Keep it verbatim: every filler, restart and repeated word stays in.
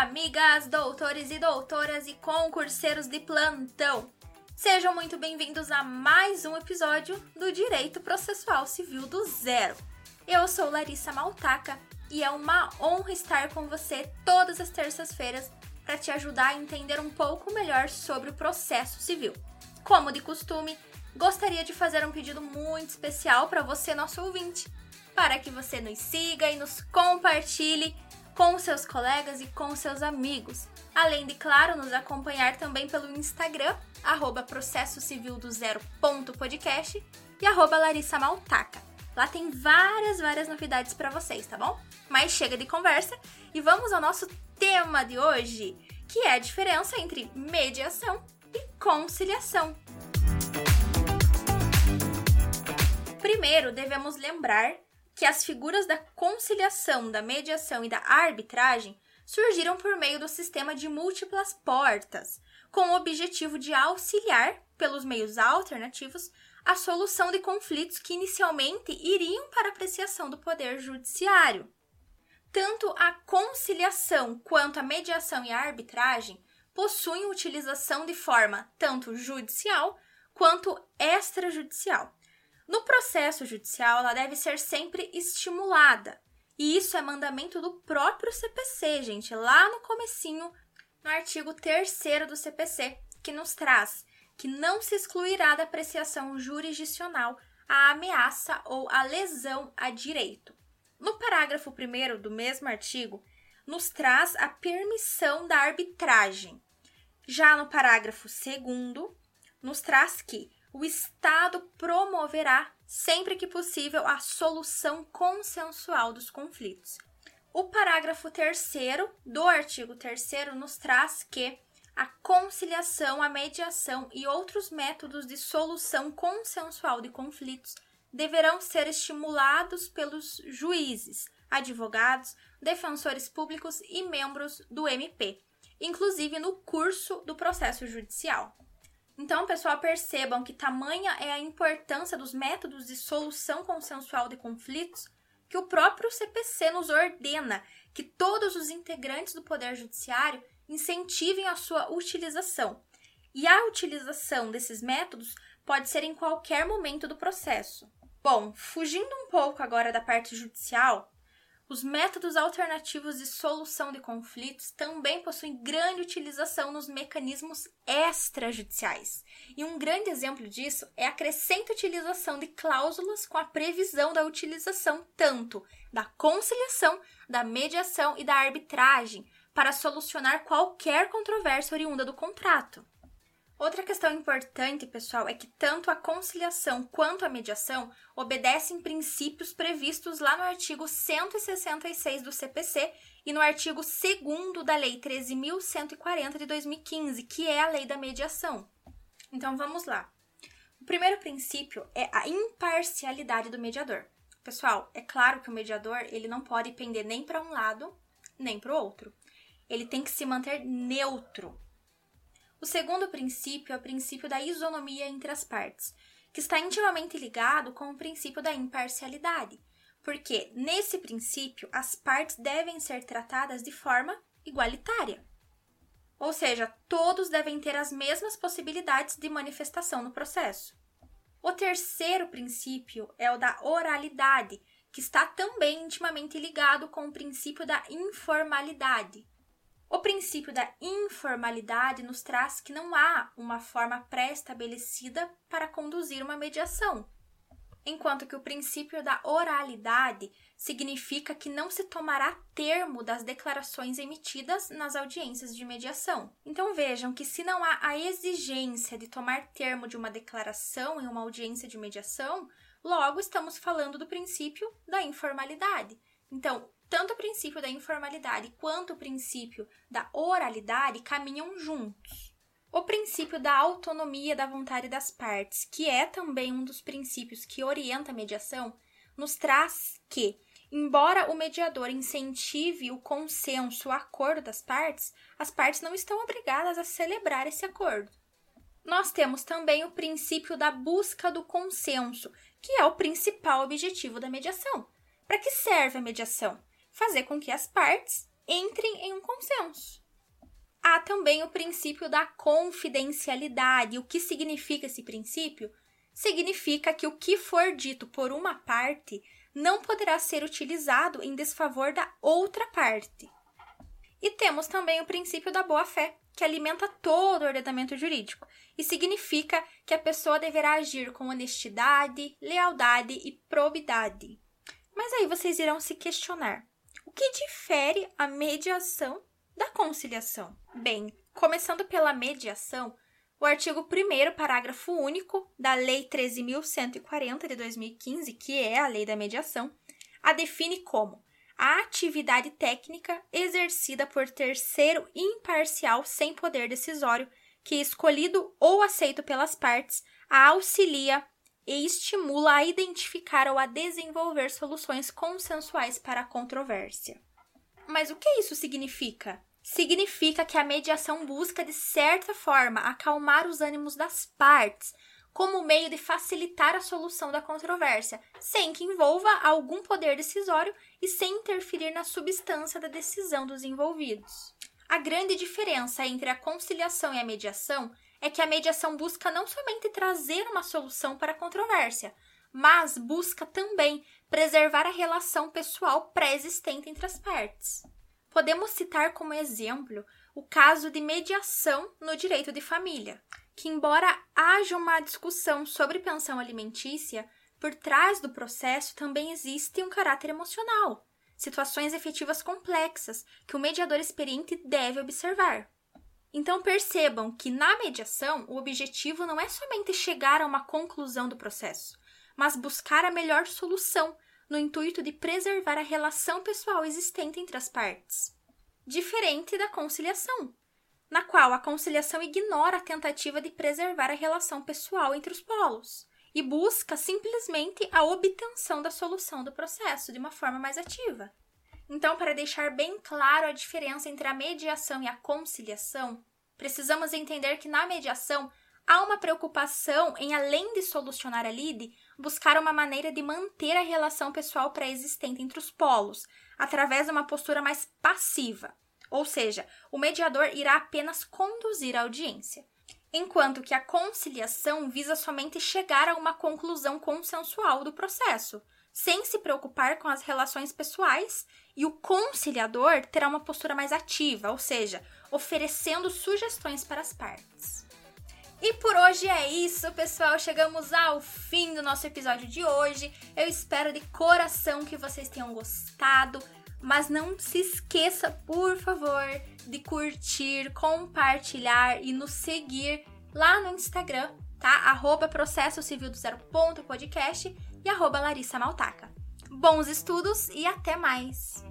amigas, doutores e doutoras e concurseiros de plantão! Sejam muito bem-vindos a mais um episódio do Direito Processual Civil do Zero. Eu sou Larissa Maltaca e é uma honra estar com você todas as terças-feiras para te ajudar a entender um pouco melhor sobre o processo civil. Como de costume, gostaria de fazer um pedido muito especial para você, nosso ouvinte, para que você nos siga e nos compartilhe com seus colegas e com seus amigos, além de, claro, nos acompanhar também pelo Instagram, arroba processo civil do zero ponto podcast e arroba Larissa Maltaca. Lá tem várias, várias novidades para vocês, tá bom? Mas chega de conversa e vamos ao nosso tema de hoje, que é a diferença entre mediação e conciliação. Primeiro, devemos lembrar que as figuras da conciliação, da mediação e da arbitragem surgiram por meio do sistema de múltiplas portas, com o objetivo de auxiliar, pelos meios alternativos, a solução de conflitos que inicialmente iriam para apreciação do Poder Judiciário. Tanto a conciliação quanto a mediação e a arbitragem possuem utilização de forma tanto judicial quanto extrajudicial. No processo judicial, ela deve ser sempre estimulada. E isso é mandamento do próprio C P C, gente, lá no comecinho, no artigo terceiro do C P C, que nos traz que não se excluirá da apreciação jurisdicional a ameaça ou a lesão a direito. No parágrafo primeiro do mesmo artigo, nos traz a permissão da arbitragem. Já no parágrafo segundo, nos traz que o Estado promoverá, sempre que possível, a solução consensual dos conflitos. O parágrafo terceiro do artigo terceiro nos traz que a conciliação, a mediação e outros métodos de solução consensual de conflitos deverão ser estimulados pelos juízes, advogados, defensores públicos e membros do M P, inclusive no curso do processo judicial. Então, pessoal, percebam que tamanha é a importância dos métodos de solução consensual de conflitos que o próprio C P C nos ordena que todos os integrantes do Poder Judiciário incentivem a sua utilização. E a utilização desses métodos pode ser em qualquer momento do processo. Bom, fugindo um pouco agora da parte judicial, os métodos alternativos de solução de conflitos também possuem grande utilização nos mecanismos extrajudiciais. E um grande exemplo disso é a crescente utilização de cláusulas com a previsão da utilização tanto da conciliação, da mediação e da arbitragem para solucionar qualquer controvérsia oriunda do contrato. Outra questão importante, pessoal, é que tanto a conciliação quanto a mediação obedecem princípios previstos lá no artigo cento e sessenta e seis do C P C e no artigo segundo da Lei treze mil cento e quarenta de dois mil e quinze, que é a Lei da Mediação. Então, vamos lá. O primeiro princípio é a imparcialidade do mediador. Pessoal, é claro que o mediador ele não pode pender nem para um lado, nem para o outro. Ele tem que se manter neutro. O segundo princípio é o princípio da isonomia entre as partes, que está intimamente ligado com o princípio da imparcialidade, porque, nesse princípio, as partes devem ser tratadas de forma igualitária. Ou seja, todos devem ter as mesmas possibilidades de manifestação no processo. O terceiro princípio é o da oralidade, que está também intimamente ligado com o princípio da informalidade. O princípio da informalidade nos traz que não há uma forma pré-estabelecida para conduzir uma mediação, enquanto que o princípio da oralidade significa que não se tomará termo das declarações emitidas nas audiências de mediação. Então vejam que se não há a exigência de tomar termo de uma declaração em uma audiência de mediação, logo estamos falando do princípio da informalidade. Então, tanto o princípio da informalidade quanto o princípio da oralidade caminham juntos. O princípio da autonomia da vontade das partes, que é também um dos princípios que orienta a mediação, nos traz que, embora o mediador incentive o consenso, o acordo das partes, as partes não estão obrigadas a celebrar esse acordo. Nós temos também o princípio da busca do consenso, que é o principal objetivo da mediação. Para que serve a mediação? Fazer com que as partes entrem em um consenso. Há também o princípio da confidencialidade. O que significa esse princípio? Significa que o que for dito por uma parte não poderá ser utilizado em desfavor da outra parte. E temos também o princípio da boa-fé, que alimenta todo o ordenamento jurídico e significa que a pessoa deverá agir com honestidade, lealdade e probidade. Mas aí vocês irão se questionar: o que difere a mediação da conciliação? Bem, começando pela mediação, o artigo primeiro, parágrafo único da Lei treze mil cento e quarenta de dois mil e quinze, que é a Lei da Mediação, a define como a atividade técnica exercida por terceiro imparcial sem poder decisório, que, escolhido ou aceito pelas partes, a auxilia e estimula a identificar ou a desenvolver soluções consensuais para a controvérsia. Mas o que isso significa? Significa que a mediação busca, de certa forma, acalmar os ânimos das partes, como meio de facilitar a solução da controvérsia, sem que envolva algum poder decisório e sem interferir na substância da decisão dos envolvidos. A grande diferença entre a conciliação e a mediação é que a mediação busca não somente trazer uma solução para a controvérsia, mas busca também preservar a relação pessoal pré-existente entre as partes. Podemos citar como exemplo o caso de mediação no direito de família, que, embora haja uma discussão sobre pensão alimentícia, por trás do processo também existe um caráter emocional, situações efetivas complexas que o mediador experiente deve observar. Então percebam que na mediação o objetivo não é somente chegar a uma conclusão do processo, mas buscar a melhor solução no intuito de preservar a relação pessoal existente entre as partes. Diferente da conciliação, na qual a conciliação ignora a tentativa de preservar a relação pessoal entre os polos e busca simplesmente a obtenção da solução do processo de uma forma mais ativa. Então, para deixar bem claro a diferença entre a mediação e a conciliação, precisamos entender que na mediação há uma preocupação em, além de solucionar a lide, buscar uma maneira de manter a relação pessoal pré-existente entre os polos, através de uma postura mais passiva. Ou seja, o mediador irá apenas conduzir a audiência, enquanto que a conciliação visa somente chegar a uma conclusão consensual do processo, sem se preocupar com as relações pessoais, e o conciliador terá uma postura mais ativa, ou seja, oferecendo sugestões para as partes. E por hoje é isso, pessoal. Chegamos ao fim do nosso episódio de hoje. Eu espero de coração que vocês tenham gostado. Mas não se esqueça, por favor, de curtir, compartilhar e nos seguir lá no Instagram, tá? Arroba Processo Civil do Zero Ponto Podcast e arroba Larissa Maltaca. Bons estudos e até mais!